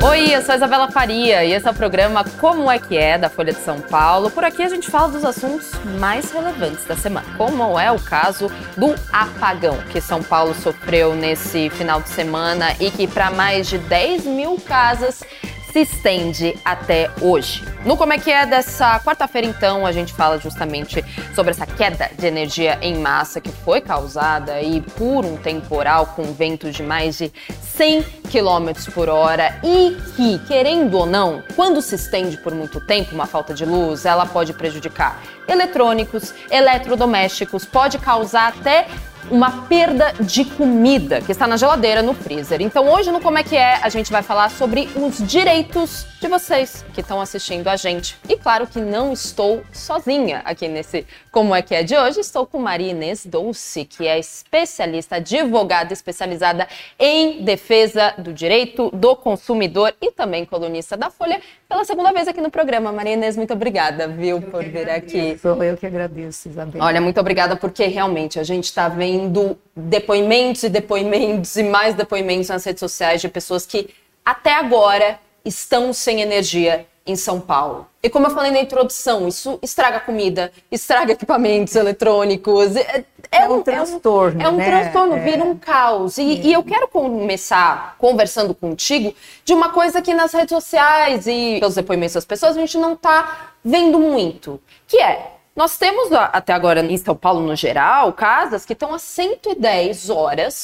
Oi, eu sou a Isabela Faria e esse é o programa Como é que é, da Folha de São Paulo. Por aqui a gente fala dos assuntos mais relevantes da semana, como é o caso do apagão que São Paulo sofreu nesse final de semana e que para mais de 10 mil casas se estende até hoje. No Como é que é dessa quarta-feira, então, a gente fala justamente sobre essa queda de energia em massa que foi causada aí por um temporal com ventos de mais de 100 km por hora e que, querendo ou não, quando se estende por muito tempo uma falta de luz, ela pode prejudicar eletrônicos, eletrodomésticos, pode causar até uma perda de comida que está na geladeira, no freezer. Então hoje no Como é que é, a gente vai falar sobre os direitos de vocês que estão assistindo a gente. E claro que não estou sozinha aqui nesse Como é que é de hoje. Estou com Maria Inês Dolce, que é especialista, advogada especializada em defesa do direito do consumidor e também colunista da Folha, pela segunda vez aqui no programa. Maria Inês, muito obrigada, viu, por vir aqui. Sou eu que agradeço, Isabela. Olha, muito obrigada, porque realmente a gente está vendo depoimentos e depoimentos e mais depoimentos nas redes sociais de pessoas que até agora estão sem energia em São Paulo. E como eu falei na introdução, isso estraga comida, estraga equipamentos eletrônicos. É um transtorno, É um transtorno, vira um caos. E eu quero começar conversando contigo de uma coisa que nas redes sociais e pelos depoimentos das pessoas a gente não está vendo muito, que é: nós temos até agora em São Paulo no geral casas que estão há 110 horas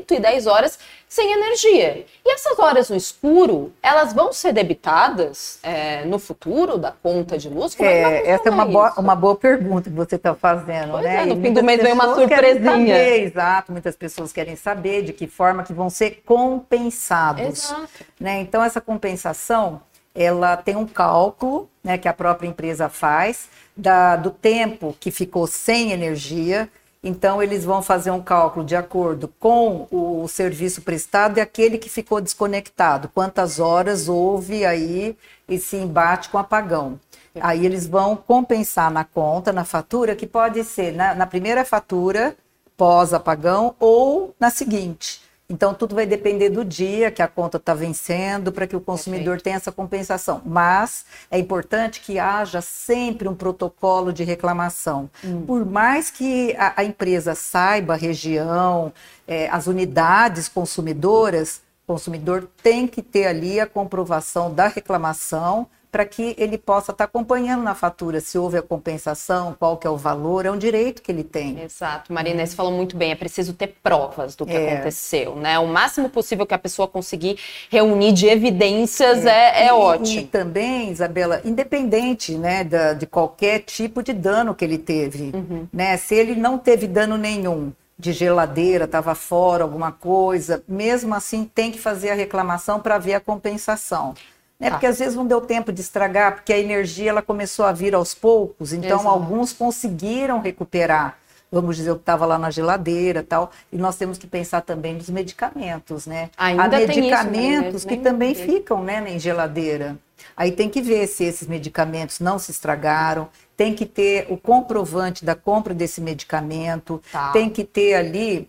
sem energia. E essas horas no escuro, elas vão ser debitadas no futuro da conta de luz? Como é que essa é uma boa pergunta que você está fazendo, pois né? No fim do mês vem uma surpresinha. Exato, muitas pessoas querem saber de que forma que vão ser compensados. Exato. Né? Então essa compensação, ela tem um cálculo, né, que a própria empresa faz do tempo que ficou sem energia. Então eles vão fazer um cálculo de acordo com o serviço prestado e aquele que ficou desconectado. Quantas horas houve aí esse embate com apagão. Aí eles vão compensar na conta, na fatura, que pode ser na primeira fatura, pós-apagão, ou na seguinte. Então, tudo vai depender do dia que a conta está vencendo para que o consumidor tenha essa compensação. Mas é importante que haja sempre um protocolo de reclamação. Por mais que a empresa saiba a região, as unidades consumidoras, o consumidor tem que ter ali a comprovação da reclamação para que ele possa estar acompanhando na fatura se houve a compensação, qual que é o valor, é um direito que ele tem. Exato, Marina, você falou muito bem, é preciso ter provas do que aconteceu, né? O máximo possível que a pessoa conseguir reunir de evidências é ótimo. E também, Isabela, independente, né, de qualquer tipo de dano que ele teve, né? Se ele não teve dano nenhum, de geladeira, estava fora, alguma coisa, mesmo assim tem que fazer a reclamação para ver a compensação. Porque às vezes não deu tempo de estragar, porque a energia ela começou a vir aos poucos, então alguns conseguiram recuperar, vamos dizer, o que estava lá na geladeira e tal, e nós temos que pensar também nos medicamentos, né? Ainda há medicamentos isso, que também ficam, né, em geladeira. Aí tem que ver se esses medicamentos não se estragaram, tem que ter o comprovante da compra desse medicamento, tem que ter ali,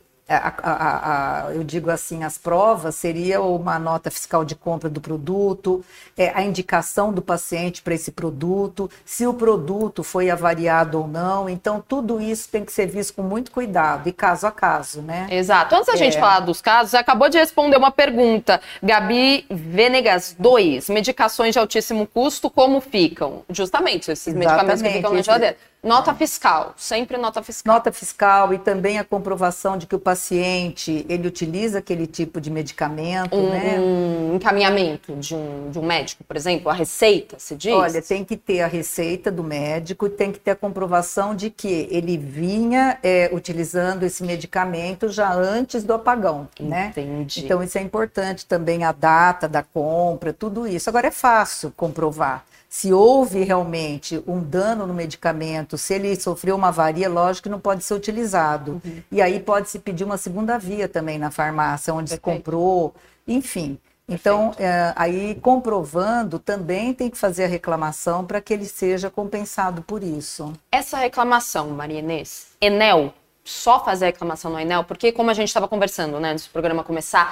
eu digo assim, as provas seria uma nota fiscal de compra do produto, a indicação do paciente para esse produto, se o produto foi avariado ou não. Então tudo isso tem que ser visto com muito cuidado e caso a caso, né? Exato. Antes da gente falar dos casos, você acabou de responder uma pergunta. Gabi Venegas 2, medicações de altíssimo custo, como ficam? Justamente, esses medicamentos que ficam na geladeira. Nota fiscal, sempre nota fiscal. Nota fiscal e também a comprovação de que o paciente, ele utiliza aquele tipo de medicamento, né? Um encaminhamento de um médico, por exemplo, a receita, se diz? Olha, tem que ter a receita do médico e tem que ter a comprovação de que ele vinha utilizando esse medicamento já antes do apagão, né? Entendi. Então isso é importante também, a data da compra, tudo isso. Agora é fácil comprovar. Se houve realmente um dano no medicamento, se ele sofreu uma avaria, lógico que não pode ser utilizado. E aí pode-se pedir uma segunda via também na farmácia, onde se comprou, enfim. Então, aí comprovando, também tem que fazer a reclamação para que ele seja compensado por isso. Essa reclamação, Maria Inês, Enel, só fazer a reclamação no Enel, porque como a gente estava conversando, né, antes do programa começar,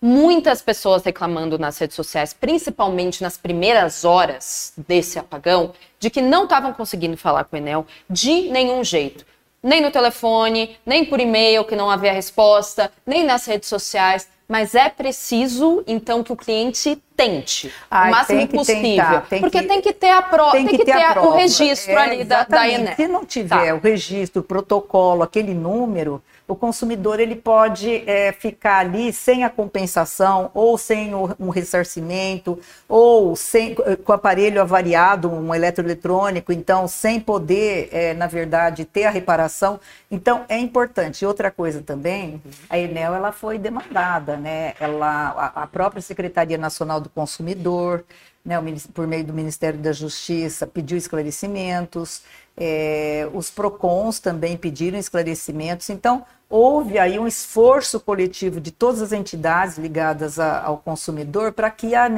muitas pessoas reclamando nas redes sociais, principalmente nas primeiras horas desse apagão, de que não estavam conseguindo falar com o Enel de nenhum jeito. Nem no telefone, nem por e-mail, que não havia resposta, nem nas redes sociais. Mas é preciso, então, que o cliente tente o máximo possível. Porque tem que ter a prova, tem que ter o registro ali da Enel. Se não tiver o registro, o protocolo, aquele número, o consumidor ele pode ficar ali sem a compensação, ou sem um ressarcimento, ou com o aparelho avariado, um eletroeletrônico, então sem poder, na verdade, ter a reparação. Então, é importante. E outra coisa também, a Enel ela foi demandada, né? A própria Secretaria Nacional do Consumidor, né, por meio do Ministério da Justiça, pediu esclarecimentos, os PROCONs também pediram esclarecimentos. Então, houve aí um esforço coletivo de todas as entidades ligadas ao consumidor para que a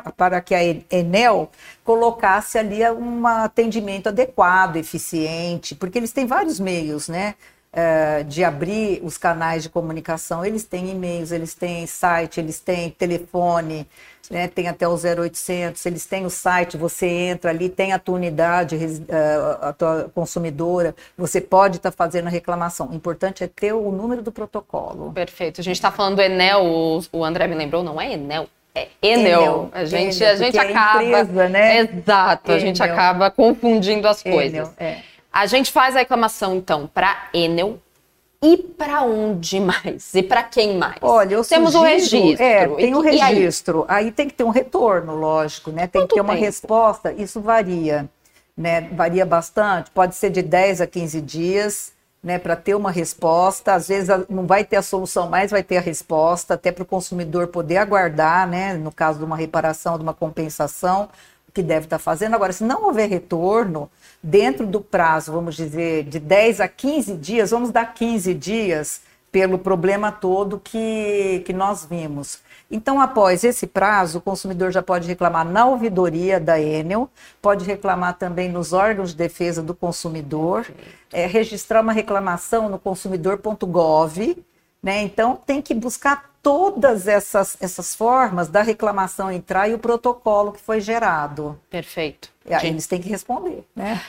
Enel colocasse ali um atendimento adequado, eficiente, porque eles têm vários meios, né? De abrir os canais de comunicação. Eles têm e-mails, eles têm site, eles têm telefone, né? Tem até o 0800, eles têm o site, você entra ali, tem a tua unidade, a tua consumidora, você pode estar fazendo a reclamação. O importante é ter o número do protocolo. Perfeito. A gente está falando do Enel, o André me lembrou, não é Enel? É Enel. A gente acaba... empresa, né? Exato, Enel. A gente acaba confundindo as coisas. Enel, A gente faz a reclamação, então, para Enel e para onde mais? E para quem mais? Olha, temos o registro. Tem o registro. Aí tem que ter um retorno, lógico, né? Tem que ter uma resposta. Isso varia, né? Varia bastante. Pode ser de 10 a 15 dias, né? Para ter uma resposta. Às vezes não vai ter a solução, mas vai ter a resposta, até para o consumidor poder aguardar, né? No caso de uma reparação, de uma compensação, o que deve estar fazendo. Agora, se não houver retorno, dentro do prazo, vamos dizer, de 10 a 15 dias, vamos dar 15 dias pelo problema todo que nós vimos. Então, após esse prazo, o consumidor já pode reclamar na ouvidoria da Enel, pode reclamar também nos órgãos de defesa do consumidor, registrar uma reclamação no consumidor.gov, né? Então, tem que buscar todas essas formas da reclamação entrar e o protocolo que foi gerado. Perfeito. Eles têm que responder, né?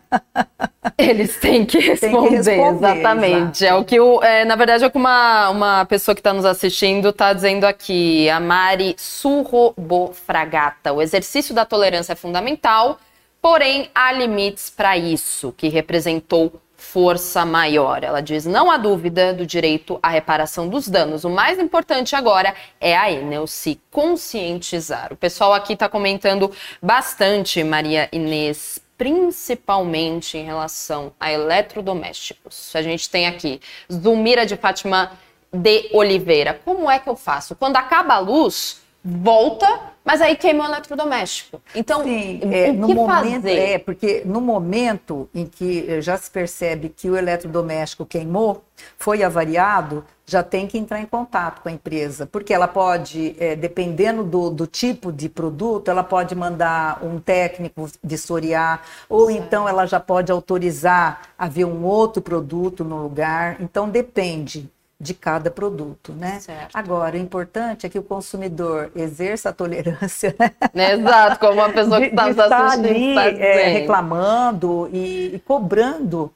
Eles têm que responder, exatamente. Exato. É o que na verdade é o que uma pessoa que está nos assistindo está dizendo aqui, a Mari Surrobofragata. O exercício da tolerância é fundamental, porém há limites para isso, que representou força maior. Ela diz, não há dúvida do direito à reparação dos danos. O mais importante agora é a Enel se conscientizar. O pessoal aqui está comentando bastante, Maria Inês, principalmente em relação a eletrodomésticos. A gente tem aqui Zulmira de Fátima de Oliveira. Como é que eu faço? Quando acaba a luz, volta, mas aí queima o eletrodoméstico. Então, sim, o que fazer? Porque no momento em que já se percebe que o eletrodoméstico queimou, foi avariado, já tem que entrar em contato com a empresa, porque ela pode, dependendo do tipo de produto, ela pode mandar um técnico vistoriar, ou então ela já pode autorizar a ver um outro produto no lugar, então depende de cada produto, né? Certo. Agora, o importante é que o consumidor exerça a tolerância, né? Exato, como uma pessoa que está assistindo, ali, reclamando e cobrando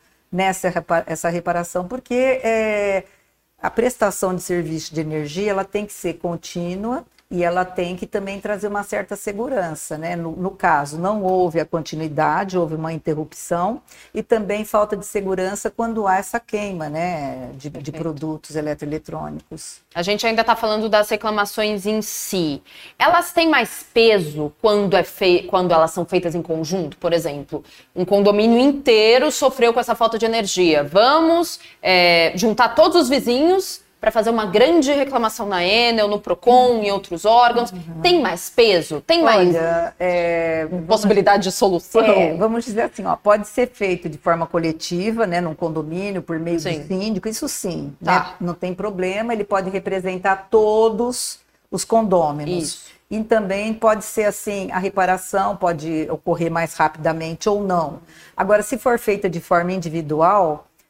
essa reparação, porque a prestação de serviço de energia ela tem que ser contínua e ela tem que também trazer uma certa segurança, né? No caso, não houve a continuidade, houve uma interrupção e também falta de segurança quando há essa queima, né? De produtos eletroeletrônicos. A gente ainda está falando das reclamações em si. Elas têm mais peso quando elas são feitas em conjunto? Por exemplo, um condomínio inteiro sofreu com essa falta de energia. Vamos juntar todos os vizinhos para fazer uma grande reclamação na Enel, no PROCON, em outros órgãos. Tem mais peso? Tem mais possibilidade de solução? Vamos dizer assim, pode ser feito de forma coletiva, né, num condomínio, por meio do síndico, isso sim, né, não tem problema, ele pode representar todos os condôminos. Isso. E também pode ser assim, a reparação pode ocorrer mais rapidamente ou não. Agora, se for feita de forma individual,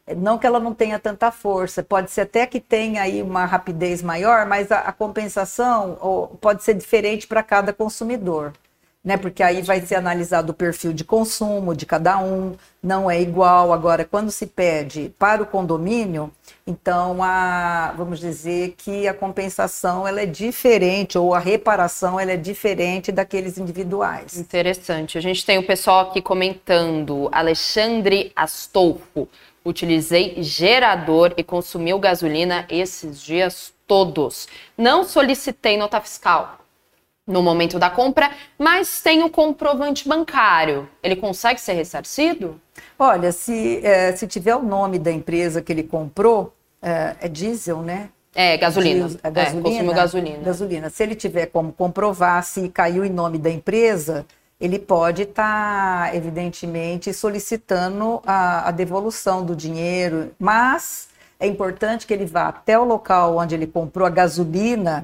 Não que ela não tenha tanta força, pode ser até que tenha aí uma rapidez maior, mas a compensação pode ser diferente para cada consumidor. Né? Porque aí vai ser analisado o perfil de consumo de cada um, não é igual. Agora, quando se pede para o condomínio, então, vamos dizer que a compensação ela é diferente, ou a reparação ela é diferente daqueles individuais. Interessante. A gente tem o pessoal aqui comentando, Alexandre Astolfo, utilizei gerador e consumiu gasolina esses dias todos. Não solicitei nota fiscal no momento da compra, mas tem o comprovante bancário. Ele consegue ser ressarcido? Olha, se tiver o nome da empresa que ele comprou, é diesel, né? É, gasolina. Gasolina. Consumiu gasolina. Gasolina. Se ele tiver como comprovar se caiu em nome da empresa, ele pode estar, evidentemente, solicitando a devolução do dinheiro, mas é importante que ele vá até o local onde ele comprou a gasolina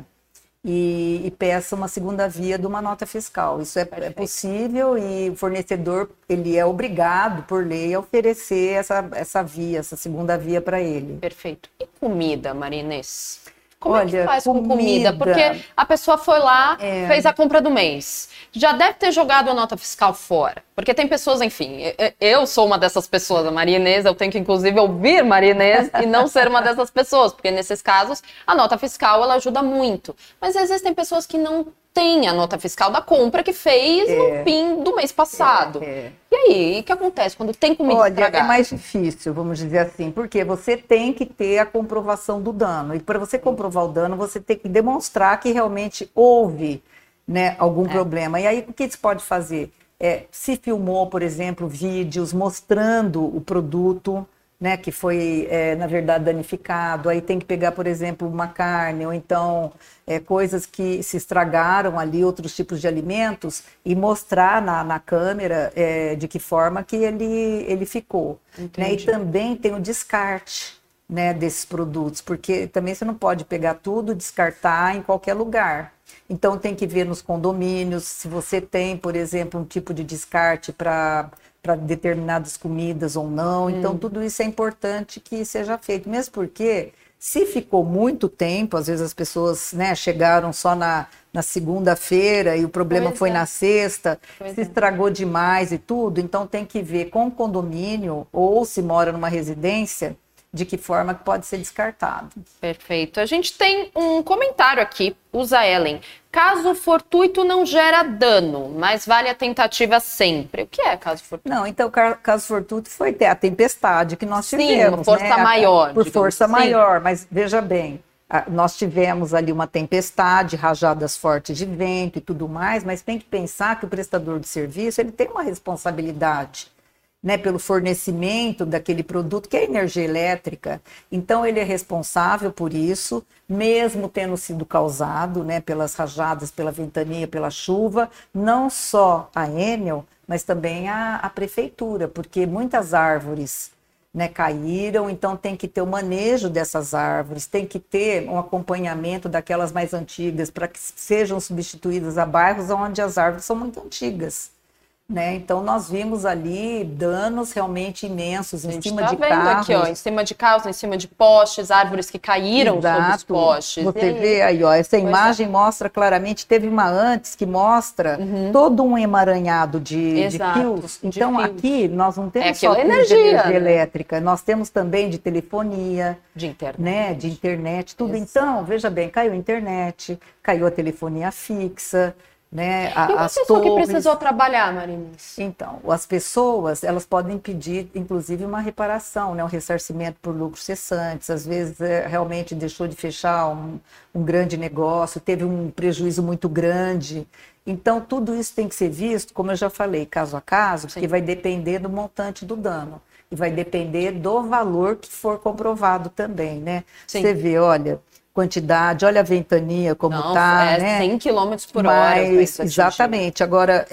e peça uma segunda via de uma nota fiscal. Isso é possível e o fornecedor ele é obrigado, por lei, a oferecer essa via, essa segunda via para ele. Perfeito. E comida, Maria Inês? Como Olha, é que faz com comida? Porque a pessoa foi lá, fez a compra do mês. Já deve ter jogado a nota fiscal fora. Porque tem pessoas, enfim, eu sou uma dessas pessoas, a Maria Inês, eu tenho que inclusive ouvir Maria Inês e não ser uma dessas pessoas. Porque nesses casos, a nota fiscal, ela ajuda muito. Mas existem pessoas que não têm a nota fiscal da compra que fez no fim do mês passado. E aí, o que acontece quando tem comida estragada? É mais difícil, vamos dizer assim, porque você tem que ter a comprovação do dano. E para você comprovar o dano, você tem que demonstrar que realmente houve, né, algum problema. E aí, o que você pode fazer? Se filmou, por exemplo, vídeos mostrando o produto, né, que foi, na verdade, danificado. Aí tem que pegar, por exemplo, uma carne, ou então coisas que se estragaram ali, outros tipos de alimentos, e mostrar na câmera de que forma que ele ficou. Né? E também tem o descarte, né, desses produtos, porque também você não pode pegar tudo e descartar em qualquer lugar. Então tem que ver nos condomínios, se você tem, por exemplo, um tipo de descarte para determinadas comidas ou não. Então, tudo isso é importante que seja feito. Mesmo porque, se ficou muito tempo, às vezes as pessoas, né, chegaram só na segunda-feira e o problema foi na sexta, se estragou demais e tudo. Então, tem que ver com o condomínio ou se mora numa residência, de que forma que pode ser descartado. Perfeito. A gente tem um comentário aqui, usa Ellen. Caso fortuito não gera dano, mas vale a tentativa sempre. O que é caso fortuito? Não, então, caso fortuito foi a tempestade que nós tivemos. Sim, força maior. Por força maior, mas veja bem, nós tivemos ali uma tempestade, rajadas fortes de vento e tudo mais, mas tem que pensar que o prestador de serviço ele tem uma responsabilidade, né, pelo fornecimento daquele produto, que é energia elétrica. Então, ele é responsável por isso, mesmo tendo sido causado, né, pelas rajadas, pela ventania, pela chuva, não só a Enel, mas também a prefeitura, porque muitas árvores, né, caíram, então tem que ter o manejo dessas árvores, tem que ter um acompanhamento daquelas mais antigas, para que sejam substituídas a bairros onde as árvores são muito antigas. Né? Então nós vimos ali danos realmente imensos em cima de carros. Aqui, ó, em cima de carros, em cima de postes, árvores que caíram sobre os postes. Você vê aí, ó, essa imagem mostra claramente, teve uma antes que mostra todo um emaranhado de fios. Então aqui nós não temos só energia elétrica, nós temos também de telefonia, de internet, né? De internet, tudo. Então, veja bem, caiu a internet, caiu a telefonia fixa. Né, e uma pessoa que precisou trabalhar, Maria Inês? Então, as pessoas, elas podem pedir, inclusive, uma reparação, né, um ressarcimento por lucros cessantes. Às vezes, realmente deixou de fechar um grande negócio, teve um prejuízo muito grande. Então, tudo isso tem que ser visto, como eu já falei, caso a caso, porque vai depender do montante do dano. E vai depender do valor que for comprovado também, né? Você vê, olha, quantidade, olha a ventania como está, né? 100 km por hora. Exatamente. Agora,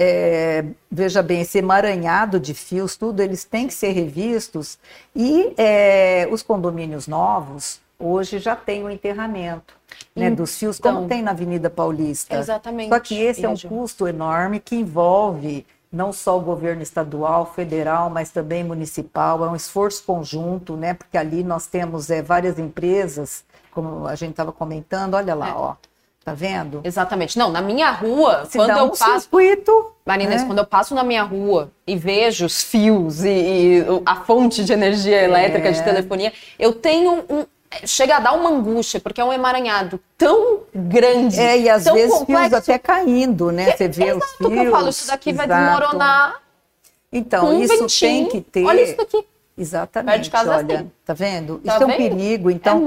veja bem, esse emaranhado de fios, tudo, eles têm que ser revistos e os condomínios novos, hoje já tem o enterramento, né, dos fios, como tem na Avenida Paulista. Exatamente. Só que esse é um custo enorme que envolve não só o governo estadual, federal, mas também municipal. É um esforço conjunto, né? Porque ali nós temos várias empresas, como a gente estava comentando, olha lá, ó. Tá vendo? Exatamente. Não, na minha rua, quando eu passo... circuito, Marina, quando eu passo na minha rua e vejo os fios e a fonte de energia elétrica, de telefonia, eu tenho chega a dar uma angústia, porque é um emaranhado tão grande, e às tão vezes complexo, fios até caindo, né? Você vê os fios. Que eu falo, isso daqui vai desmoronar. Então, isso tem que ter... Olha isso daqui. Exatamente, perto de casa olha, assim. Tá vendo? Tá Isso vendo? É um perigo, então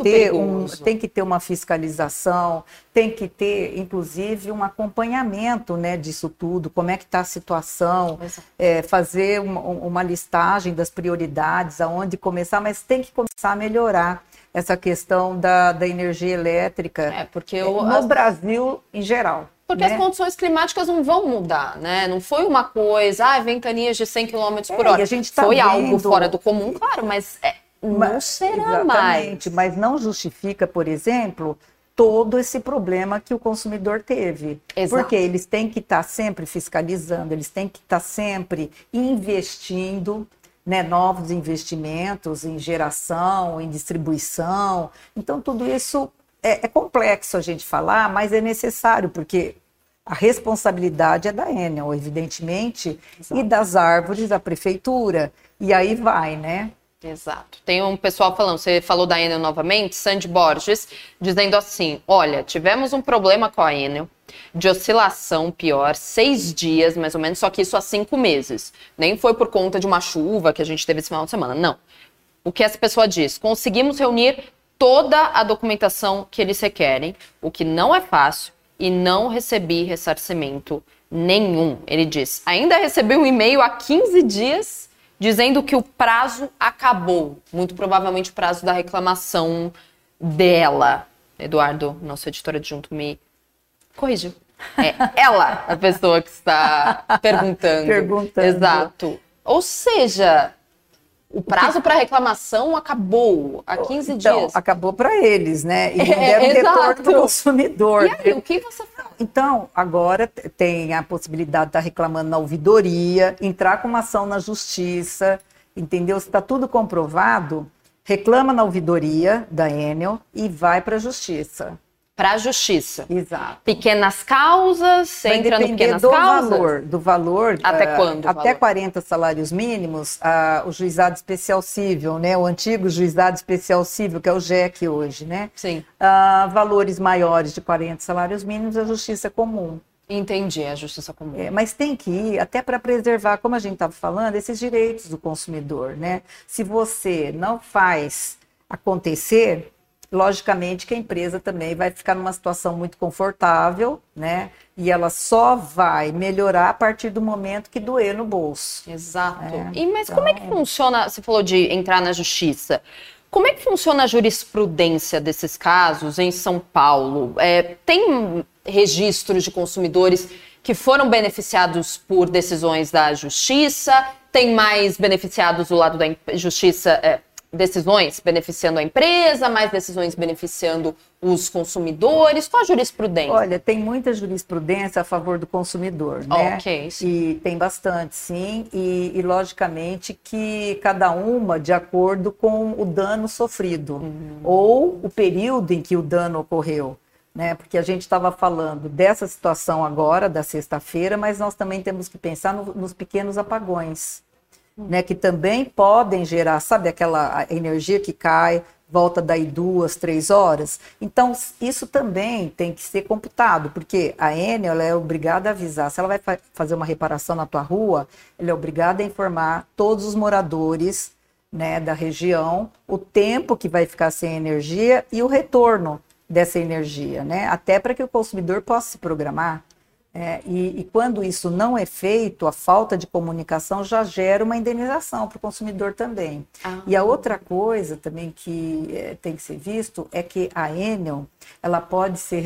tem que ter uma fiscalização, tem que ter, inclusive, um acompanhamento, né, disso tudo, como é que está a situação, fazer uma listagem das prioridades, aonde começar, mas tem que começar a melhorar essa questão da energia elétrica porque no Brasil em geral. Porque as condições climáticas não vão mudar, né? Não foi uma coisa, ventanias de 100 km por hora. A gente tá foi vendo... algo fora do comum, claro, mas não será exatamente, mais. Mas não justifica, por exemplo, todo esse problema que o consumidor teve. Exato. Porque eles têm que estar sempre fiscalizando, eles têm que estar sempre investindo, né, novos investimentos em geração, em distribuição. Então, tudo isso é complexo a gente falar, mas é necessário, porque a responsabilidade é da Enel, evidentemente, Exato. E das árvores da prefeitura. E aí vai, né? Exato. Tem um pessoal falando, você falou da Enel novamente, Sandy Borges, dizendo assim, olha, tivemos um problema com a Enel, de oscilação pior, 6 dias mais ou menos, só que isso há 5 meses. Nem foi por conta de uma chuva que a gente teve esse final de semana, não. O que essa pessoa diz? Conseguimos reunir toda a documentação que eles requerem, o que não é fácil, e não recebi ressarcimento nenhum. Ele diz, ainda recebi um e-mail há 15 dias dizendo que o prazo acabou. Muito provavelmente o prazo da reclamação dela. Eduardo, nosso editor adjunto, me corrigiu. É ela a pessoa que está perguntando. Exato. Ou seja... O prazo para reclamação acabou há 15 dias. Acabou para eles, né? E não deram retorno para o consumidor. E aí, o que você fala? Então, agora tem a possibilidade de estar reclamando na ouvidoria, entrar com uma ação na justiça, entendeu? Se está tudo comprovado, reclama na ouvidoria da Enel e vai para a justiça. Para a justiça. Exato. Pequenas causas, você entra no pequenas causas? Do valor. Até quando? Até 40 salários mínimos, o juizado especial cível, né? O antigo juizado especial cível, que é o JEC hoje, né? Sim. Valores maiores de 40 salários mínimos, a justiça comum. Entendi, a justiça comum. Mas tem que ir até para preservar, como a gente estava falando, esses direitos do consumidor, né? Se você não faz acontecer... Logicamente que a empresa também vai ficar numa situação muito confortável, né? E ela só vai melhorar a partir do momento que doer no bolso. Exato. Mas como é que funciona, você falou de entrar na justiça, como é que funciona a jurisprudência desses casos em São Paulo? Tem registros de consumidores que foram beneficiados por decisões da justiça? Tem mais beneficiados do lado da justiça... decisões beneficiando a empresa, mais decisões beneficiando os consumidores? Qual a jurisprudência? Olha, tem muita jurisprudência a favor do consumidor, né? Ok, sim. E tem bastante, sim, e logicamente que cada uma de acordo com o dano sofrido, ou o período em que o dano ocorreu, né? Porque a gente estava falando dessa situação agora, da sexta-feira, mas nós também temos que pensar nos pequenos apagões, né, que também podem gerar, sabe, aquela energia que cai, volta daí 2, 3 horas. Então, isso também tem que ser computado, porque a Enel ela é obrigada a avisar. Se ela vai fazer uma reparação na tua rua, ela é obrigada a informar todos os moradores, né, da região, o tempo que vai ficar sem energia e o retorno dessa energia, né, até para que o consumidor possa se programar. E quando isso não é feito, a falta de comunicação já gera uma indenização para o consumidor também. E a outra coisa também que tem que ser visto é que a Enel ela pode ser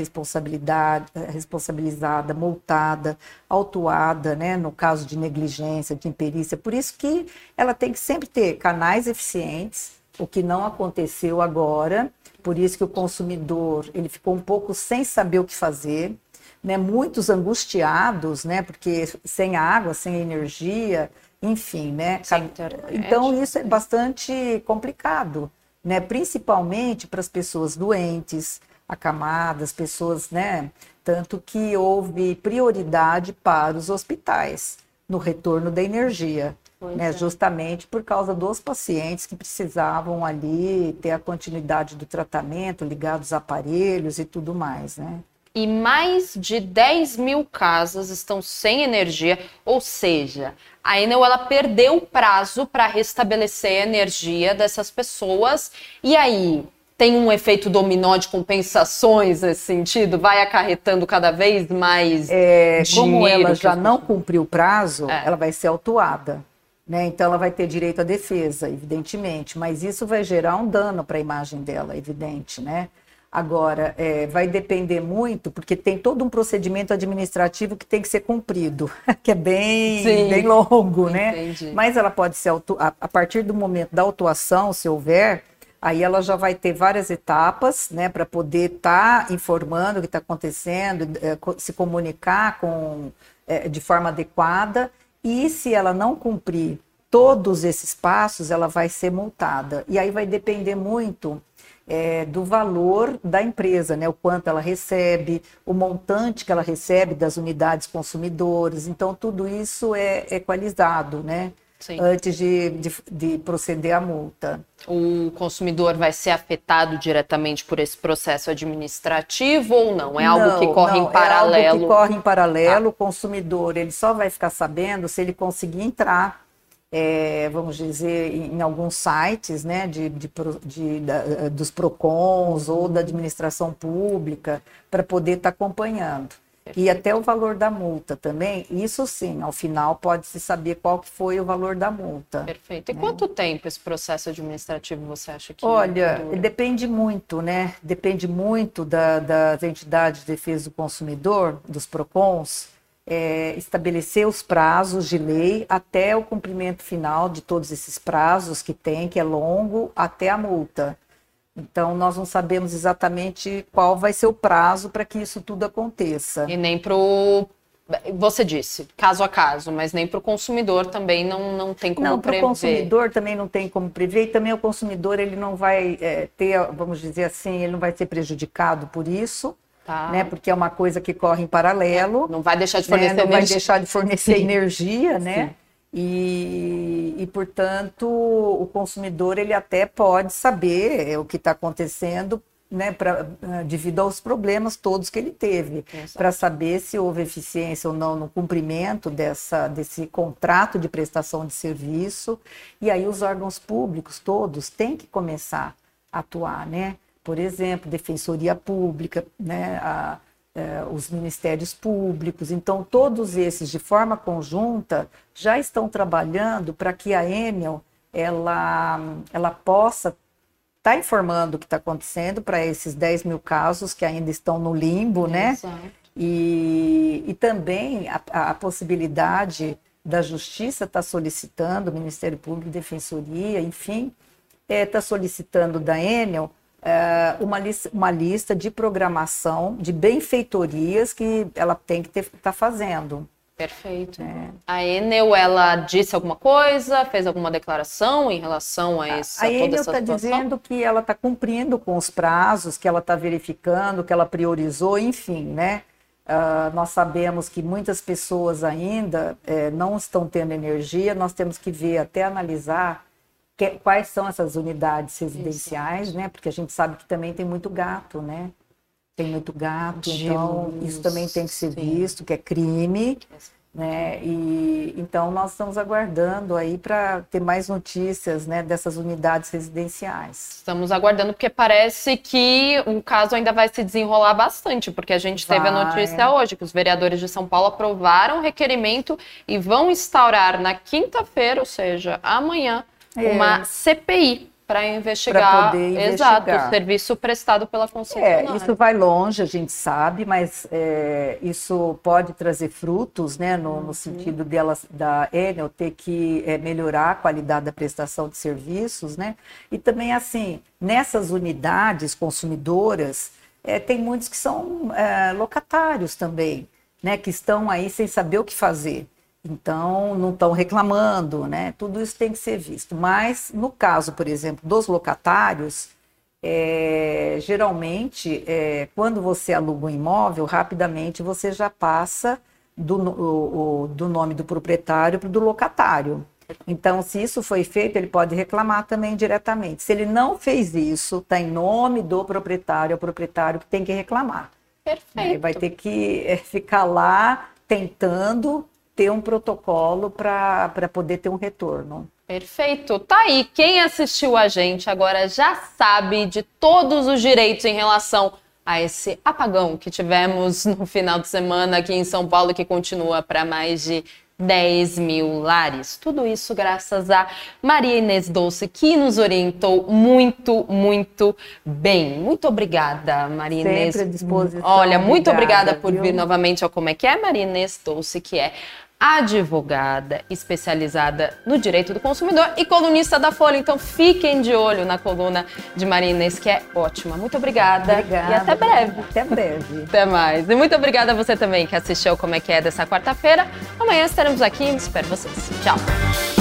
responsabilizada, multada, autuada, né, no caso de negligência, de imperícia. Por isso que ela tem que sempre ter canais eficientes, o que não aconteceu agora. Por isso que o consumidor ele ficou um pouco sem saber o que fazer. né, muitos angustiados, né, porque sem água, sem energia, enfim, né? Então isso é bastante complicado, né, principalmente para as pessoas doentes, acamadas, pessoas, né, tanto que houve prioridade para os hospitais no retorno da energia, né, justamente por causa dos pacientes que precisavam ali ter a continuidade do tratamento, ligados a aparelhos e tudo mais, né? E mais de 10 mil casas estão sem energia, ou seja, a Enel ela perdeu o prazo para restabelecer a energia dessas pessoas. E aí, tem um efeito dominó de compensações nesse sentido? Vai acarretando cada vez mais dinheiro? Como ela já não cumpriu o prazo, ela vai ser autuada, né? Então ela vai ter direito à defesa, evidentemente, mas isso vai gerar um dano para a imagem dela, evidente, né? Agora, vai depender muito, porque tem todo um procedimento administrativo que tem que ser cumprido, que é bem longo, né? Mas ela pode ser, a partir do momento da autuação, se houver, aí ela já vai ter várias etapas, né, para poder estar informando o que está acontecendo, se comunicar de forma adequada, e se ela não cumprir todos esses passos, ela vai ser multada. E aí vai depender muito do valor da empresa, né? O quanto ela recebe, o montante que ela recebe das unidades consumidoras. Então, tudo isso é equalizado, né? Sim. Antes de proceder à multa. O consumidor vai ser afetado diretamente por esse processo administrativo ou não? É algo que corre em paralelo? É algo que corre em paralelo. O consumidor ele só vai ficar sabendo se ele conseguir entrar, vamos dizer, em alguns sites, né, dos PROCONs ou da administração pública, para poder estar acompanhando. E até o valor da multa também, isso sim, ao final pode-se saber qual que foi o valor da multa. Perfeito. E quanto tempo esse processo administrativo você acha que Olha, dura? Depende muito, né? Depende muito das entidades de defesa do consumidor, dos PROCONs, estabelecer os prazos de lei até o cumprimento final de todos esses prazos que tem, que é longo, até a multa. Então, nós não sabemos exatamente qual vai ser o prazo para que isso tudo aconteça. E nem para o... Você disse, caso a caso, mas nem para o consumidor também não tem como prever. Não, para o consumidor também não tem como prever, e também o consumidor ele não vai ter, vamos dizer assim, ele não vai ser prejudicado por isso, né? Porque é uma coisa que corre em paralelo. Não vai deixar de fornecer energia. Não vai deixar de fornecer energia, né? Sim. E, portanto, o consumidor ele até pode saber o que está acontecendo, né, devido aos problemas todos que ele teve, para saber se houve eficiência ou não no cumprimento desse contrato de prestação de serviço. E aí os órgãos públicos todos têm que começar a atuar, né? Por exemplo, Defensoria Pública, né, os ministérios públicos. Então, todos esses, de forma conjunta, já estão trabalhando para que a Enel ela possa estar informando o que está acontecendo para esses 10 mil casos que ainda estão no limbo, né? E também a possibilidade da Justiça estar solicitando, o Ministério Público, Defensoria, enfim, está solicitando da Enel uma lista de programação de benfeitorias que ela tem que estar fazendo. Perfeito. A Enel, ela disse alguma coisa, fez alguma declaração em relação a toda essa situação? A Enel está dizendo que ela está cumprindo com os prazos, que ela está verificando, que ela priorizou, enfim, né? Nós sabemos que muitas pessoas ainda não estão tendo energia, nós temos que ver, até analisar quais são essas unidades residenciais, né? Porque a gente sabe que também tem muito gato, né? Tem muito gato, então isso também tem que ser visto, que é crime, né? E então nós estamos aguardando aí para ter mais notícias, né, dessas unidades residenciais. Estamos aguardando porque parece que o caso ainda vai se desenrolar bastante, porque a gente teve a notícia hoje que os vereadores de São Paulo aprovaram o requerimento e vão instaurar na quinta-feira, ou seja, amanhã, uma CPI para investigar, o serviço prestado pela concessionária. Isso vai longe, a gente sabe, mas isso pode trazer frutos, né, no sentido da Enel ter que melhorar a qualidade da prestação de serviços, né, e também, assim, nessas unidades consumidoras, tem muitos que são locatários também, né? Que estão aí sem saber o que fazer. Então, não estão reclamando, né? Tudo isso tem que ser visto. Mas, no caso, por exemplo, dos locatários, geralmente, quando você aluga um imóvel, rapidamente você já passa do nome do proprietário para o do locatário. Então, se isso foi feito, ele pode reclamar também diretamente. Se ele não fez isso, está em nome do proprietário, é o proprietário que tem que reclamar. Perfeito. Vai ter que ficar lá tentando ter um protocolo para poder ter um retorno. Perfeito. Tá aí. Quem assistiu a gente agora já sabe de todos os direitos em relação a esse apagão que tivemos no final de semana aqui em São Paulo, que continua para mais de 10 mil lares. Tudo isso graças a Maria Inês Dolce, que nos orientou muito, muito bem. Muito obrigada, Maria Inês. Sempre à disposição. Olha, muito obrigada por viu? vir novamente ao Como é que é, Maria Inês Dolce, que é advogada especializada no direito do consumidor e colunista da Folha. Então fiquem de olho na coluna de Maria Inês, que é ótima. Muito obrigada. Obrigada. E até breve. Até breve. Até mais. E muito obrigada a você também que assistiu Como é que é dessa quarta-feira. Amanhã estaremos aqui e espero vocês. Tchau.